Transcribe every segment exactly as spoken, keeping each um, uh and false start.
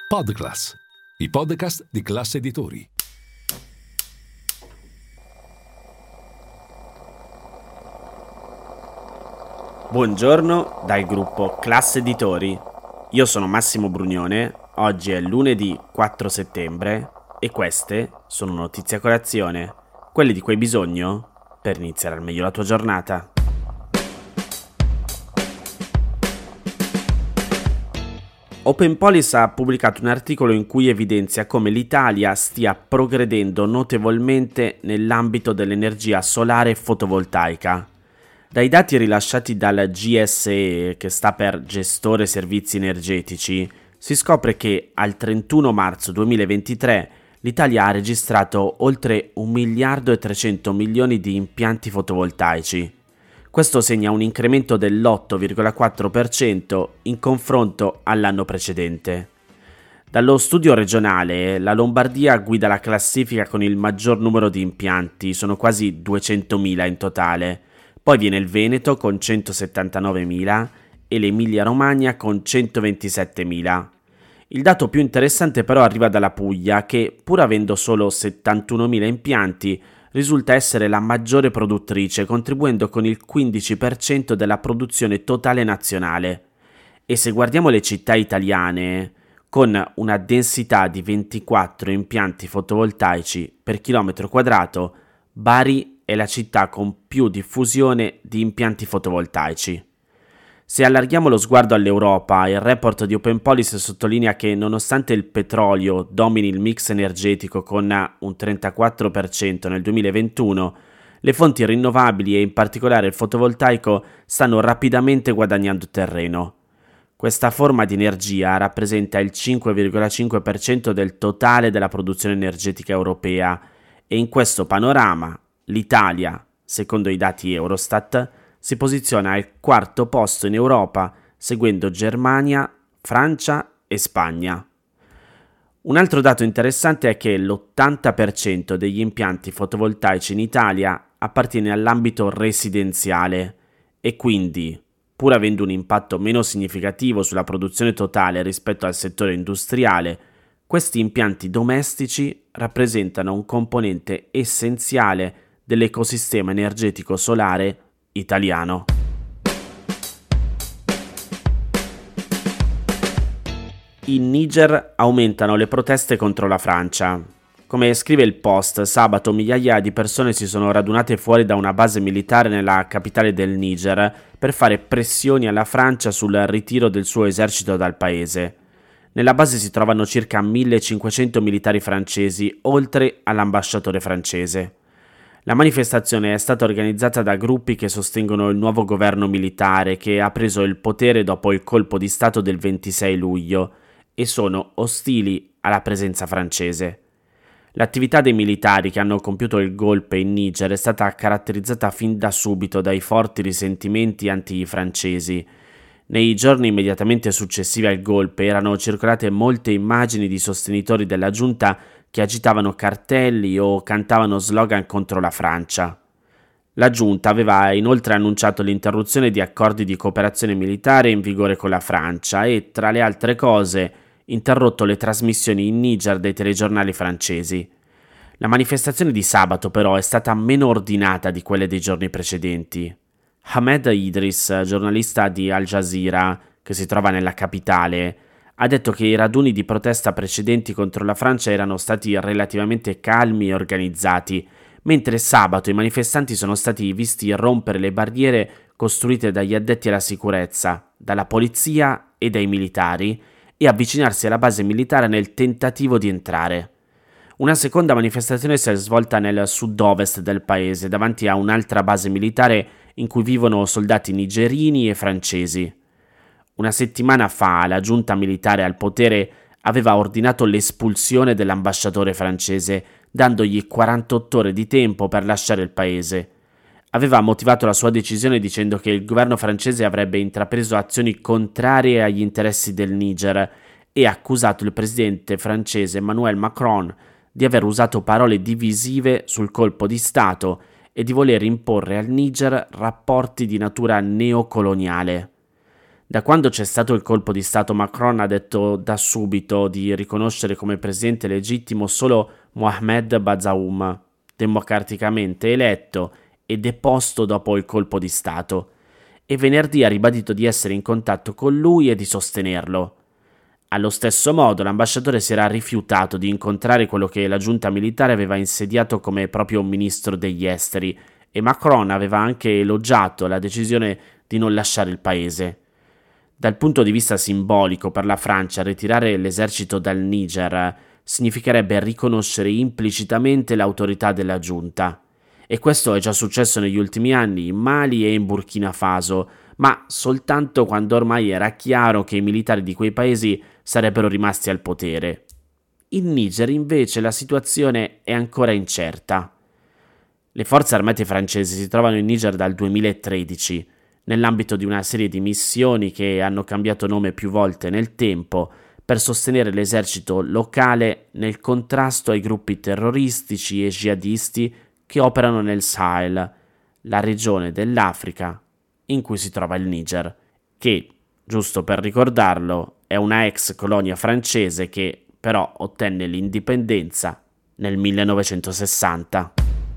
Podclass, i podcast di Classe Editori. Buongiorno dal gruppo Classe Editori. Io sono Massimo Brugnone, oggi è lunedì quattro settembre e queste sono notizie a colazione, quelle di cui hai bisogno per iniziare al meglio la tua giornata. Open Policy ha pubblicato un articolo in cui evidenzia come l'Italia stia progredendo notevolmente nell'ambito dell'energia solare e fotovoltaica. Dai dati rilasciati dal G S E, che sta per Gestore Servizi Energetici, si scopre che al trentuno marzo duemilaventitré l'Italia ha registrato oltre un miliardo e trecento milioni di impianti fotovoltaici. Questo segna un incremento dell'otto virgola quattro per cento in confronto all'anno precedente. Dallo studio regionale, la Lombardia guida la classifica con il maggior numero di impianti, sono quasi duecentomila in totale. Poi viene il Veneto con centosettantanovemila e l'Emilia-Romagna con centoventisettemila. Il dato più interessante però arriva dalla Puglia che, pur avendo solo settantunomila impianti, risulta essere la maggiore produttrice, contribuendo con il quindici per cento della produzione totale nazionale. E se guardiamo le città italiane, con una densità di ventiquattro impianti fotovoltaici per chilometro quadrato, Bari è la città con più diffusione di impianti fotovoltaici. Se allarghiamo lo sguardo all'Europa, il report di Open Policy sottolinea che nonostante il petrolio domini il mix energetico con un trentaquattro per cento nel duemilaventuno, le fonti rinnovabili e in particolare il fotovoltaico stanno rapidamente guadagnando terreno. Questa forma di energia rappresenta il cinque virgola cinque per cento del totale della produzione energetica europea e in questo panorama l'Italia, secondo i dati Eurostat, si posiziona al quarto posto in Europa, seguendo Germania, Francia e Spagna. Un altro dato interessante è che l'ottanta per cento degli impianti fotovoltaici in Italia appartiene all'ambito residenziale e quindi, pur avendo un impatto meno significativo sulla produzione totale rispetto al settore industriale, questi impianti domestici rappresentano un componente essenziale dell'ecosistema energetico solare italiano. In Niger aumentano le proteste contro la Francia. Come scrive il Post, sabato migliaia di persone si sono radunate fuori da una base militare nella capitale del Niger per fare pressioni alla Francia sul ritiro del suo esercito dal paese. Nella base si trovano circa millecinquecento militari francesi, oltre all'ambasciatore francese. La manifestazione è stata organizzata da gruppi che sostengono il nuovo governo militare che ha preso il potere dopo il colpo di stato del ventisei luglio e sono ostili alla presenza francese. L'attività dei militari che hanno compiuto il golpe in Niger è stata caratterizzata fin da subito dai forti risentimenti anti-francesi. Nei giorni immediatamente successivi al golpe erano circolate molte immagini di sostenitori della giunta che agitavano cartelli o cantavano slogan contro la Francia. La giunta aveva inoltre annunciato l'interruzione di accordi di cooperazione militare in vigore con la Francia e, tra le altre cose, interrotto le trasmissioni in Niger dei telegiornali francesi. La manifestazione di sabato però è stata meno ordinata di quelle dei giorni precedenti. Ahmed Idris, giornalista di Al Jazeera, che si trova nella capitale, ha detto che i raduni di protesta precedenti contro la Francia erano stati relativamente calmi e organizzati, mentre sabato i manifestanti sono stati visti rompere le barriere costruite dagli addetti alla sicurezza, dalla polizia e dai militari e avvicinarsi alla base militare nel tentativo di entrare. Una seconda manifestazione si è svolta nel sud-ovest del paese, davanti a un'altra base militare in cui vivono soldati nigerini e francesi. Una settimana fa la giunta militare al potere aveva ordinato l'espulsione dell'ambasciatore francese, dandogli quarantotto ore di tempo per lasciare il paese. Aveva motivato la sua decisione dicendo che il governo francese avrebbe intrapreso azioni contrarie agli interessi del Niger e ha accusato il presidente francese Emmanuel Macron di aver usato parole divisive sul colpo di Stato e di voler imporre al Niger rapporti di natura neocoloniale. Da quando c'è stato il colpo di stato, Macron ha detto da subito di riconoscere come presidente legittimo solo Mohamed Bazoum, democraticamente eletto e deposto dopo il colpo di stato, e venerdì ha ribadito di essere in contatto con lui e di sostenerlo. Allo stesso modo, l'ambasciatore si era rifiutato di incontrare quello che la giunta militare aveva insediato come proprio ministro degli esteri, e Macron aveva anche elogiato la decisione di non lasciare il paese. Dal punto di vista simbolico, per la Francia, ritirare l'esercito dal Niger significherebbe riconoscere implicitamente l'autorità della giunta. E questo è già successo negli ultimi anni in Mali e in Burkina Faso, ma soltanto quando ormai era chiaro che i militari di quei paesi sarebbero rimasti al potere. In Niger, invece, la situazione è ancora incerta. Le forze armate francesi si trovano in Niger dal duemilatredici, nell'ambito di una serie di missioni che hanno cambiato nome più volte nel tempo per sostenere l'esercito locale nel contrasto ai gruppi terroristici e jihadisti che operano nel Sahel, la regione dell'Africa in cui si trova il Niger, che, giusto per ricordarlo, è una ex colonia francese che però ottenne l'indipendenza nel millenovecentosessanta.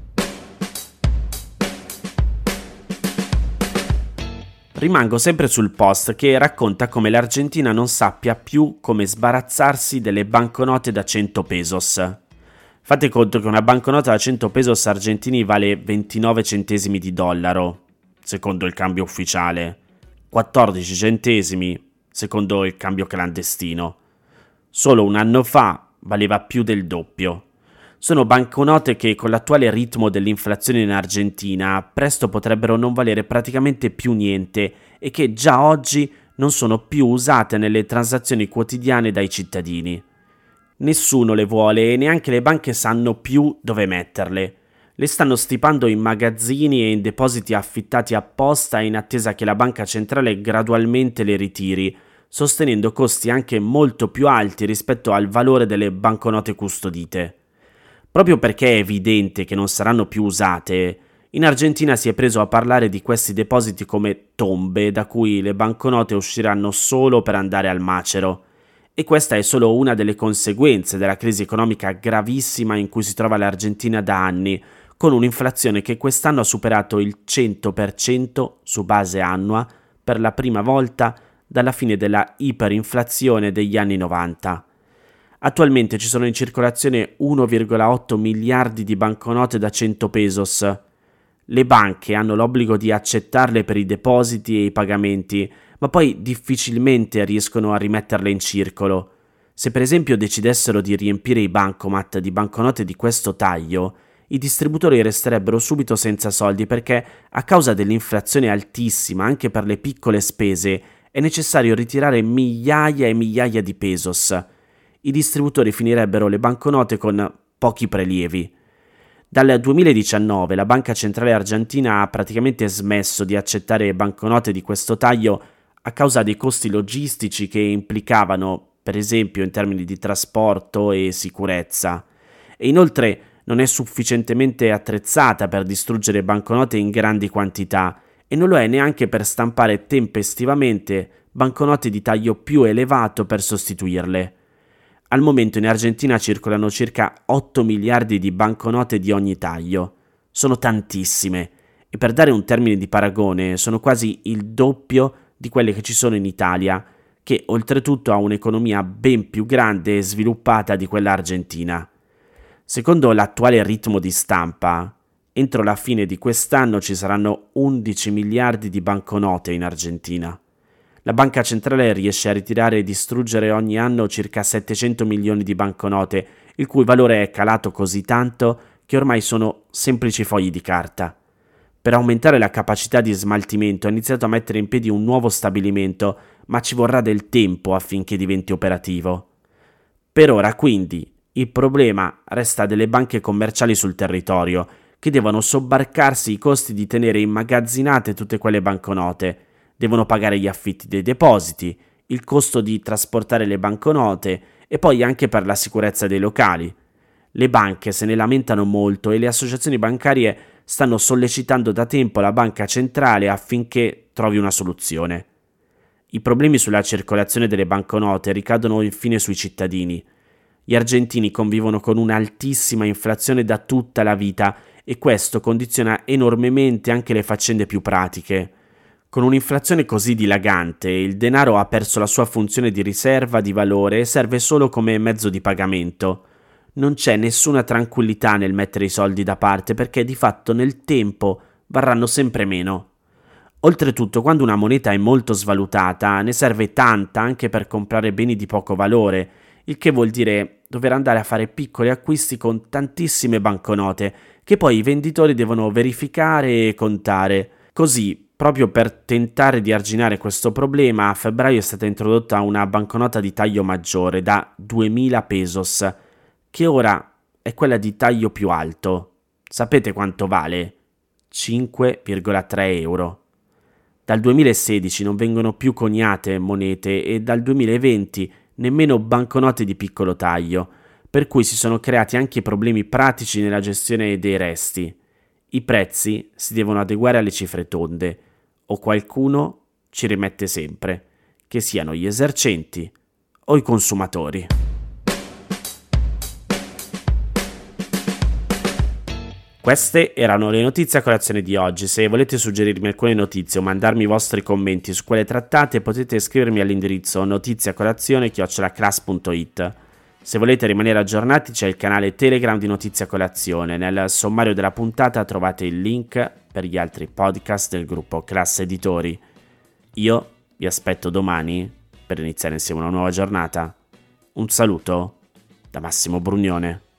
Rimango sempre sul post che racconta come l'Argentina non sappia più come sbarazzarsi delle banconote da cento pesos. Fate conto che una banconota da cento pesos argentini vale ventinove centesimi di dollaro, secondo il cambio ufficiale, quattordici centesimi, secondo il cambio clandestino. Solo un anno fa valeva più del doppio. Sono banconote che con l'attuale ritmo dell'inflazione in Argentina presto potrebbero non valere praticamente più niente e che già oggi non sono più usate nelle transazioni quotidiane dai cittadini. Nessuno le vuole e neanche le banche sanno più dove metterle. Le stanno stipando in magazzini e in depositi affittati apposta in attesa che la banca centrale gradualmente le ritiri, sostenendo costi anche molto più alti rispetto al valore delle banconote custodite. Proprio perché è evidente che non saranno più usate, in Argentina si è preso a parlare di questi depositi come tombe da cui le banconote usciranno solo per andare al macero. E questa è solo una delle conseguenze della crisi economica gravissima in cui si trova l'Argentina da anni, con un'inflazione che quest'anno ha superato il cento per cento su base annua per la prima volta dalla fine della iperinflazione degli anni novanta. Attualmente ci sono in circolazione uno virgola otto miliardi di banconote da cento pesos. Le banche hanno l'obbligo di accettarle per i depositi e i pagamenti, ma poi difficilmente riescono a rimetterle in circolo. Se per esempio decidessero di riempire i bancomat di banconote di questo taglio, i distributori resterebbero subito senza soldi perché, a causa dell'inflazione altissima anche per le piccole spese, è necessario ritirare migliaia e migliaia di pesos. I distributori finirebbero le banconote con pochi prelievi. Dal duemiladiciannove la Banca Centrale Argentina ha praticamente smesso di accettare banconote di questo taglio a causa dei costi logistici che implicavano, per esempio in termini di trasporto e sicurezza. E inoltre non è sufficientemente attrezzata per distruggere banconote in grandi quantità e non lo è neanche per stampare tempestivamente banconote di taglio più elevato per sostituirle. Al momento in Argentina circolano circa otto miliardi di banconote di ogni taglio. Sono tantissime e per dare un termine di paragone sono quasi il doppio di quelle che ci sono in Italia, che oltretutto ha un'economia ben più grande e sviluppata di quella argentina. Secondo l'attuale ritmo di stampa, entro la fine di quest'anno ci saranno undici miliardi di banconote in Argentina. La banca centrale riesce a ritirare e distruggere ogni anno circa settecento milioni di banconote, il cui valore è calato così tanto che ormai sono semplici fogli di carta. Per aumentare la capacità di smaltimento ha iniziato a mettere in piedi un nuovo stabilimento, ma ci vorrà del tempo affinché diventi operativo. Per ora, quindi, il problema resta delle banche commerciali sul territorio, che devono sobbarcarsi i costi di tenere immagazzinate tutte quelle banconote. Devono pagare gli affitti dei depositi, il costo di trasportare le banconote e poi anche per la sicurezza dei locali. Le banche se ne lamentano molto e le associazioni bancarie stanno sollecitando da tempo la banca centrale affinché trovi una soluzione. I problemi sulla circolazione delle banconote ricadono infine sui cittadini. Gli argentini convivono con un'altissima inflazione da tutta la vita e questo condiziona enormemente anche le faccende più pratiche. Con un'inflazione così dilagante, il denaro ha perso la sua funzione di riserva di valore e serve solo come mezzo di pagamento. Non c'è nessuna tranquillità nel mettere i soldi da parte perché di fatto nel tempo varranno sempre meno. Oltretutto, quando una moneta è molto svalutata, ne serve tanta anche per comprare beni di poco valore, il che vuol dire dover andare a fare piccoli acquisti con tantissime banconote che poi i venditori devono verificare e contare. Così, proprio per tentare di arginare questo problema, a febbraio è stata introdotta una banconota di taglio maggiore da duemila pesos, che ora è quella di taglio più alto. Sapete quanto vale? cinque virgola tre euro. Dal duemilasedici non vengono più coniate monete e dal duemilaventi nemmeno banconote di piccolo taglio, per cui si sono creati anche problemi pratici nella gestione dei resti. I prezzi si devono adeguare alle cifre tonde, o qualcuno ci rimette sempre, che siano gli esercenti o i consumatori. Queste erano le notizie a colazione di oggi. Se volete suggerirmi alcune notizie o mandarmi i vostri commenti su quelle trattate, potete scrivermi all'indirizzo notiziacolazione chiocciola class punto it. Se volete rimanere aggiornati c'è il canale Telegram di Notizia Colazione. Nel sommario della puntata trovate il link per gli altri podcast del gruppo Class Editori. Io vi aspetto domani per iniziare insieme una nuova giornata. Un saluto da Massimo Brugnone.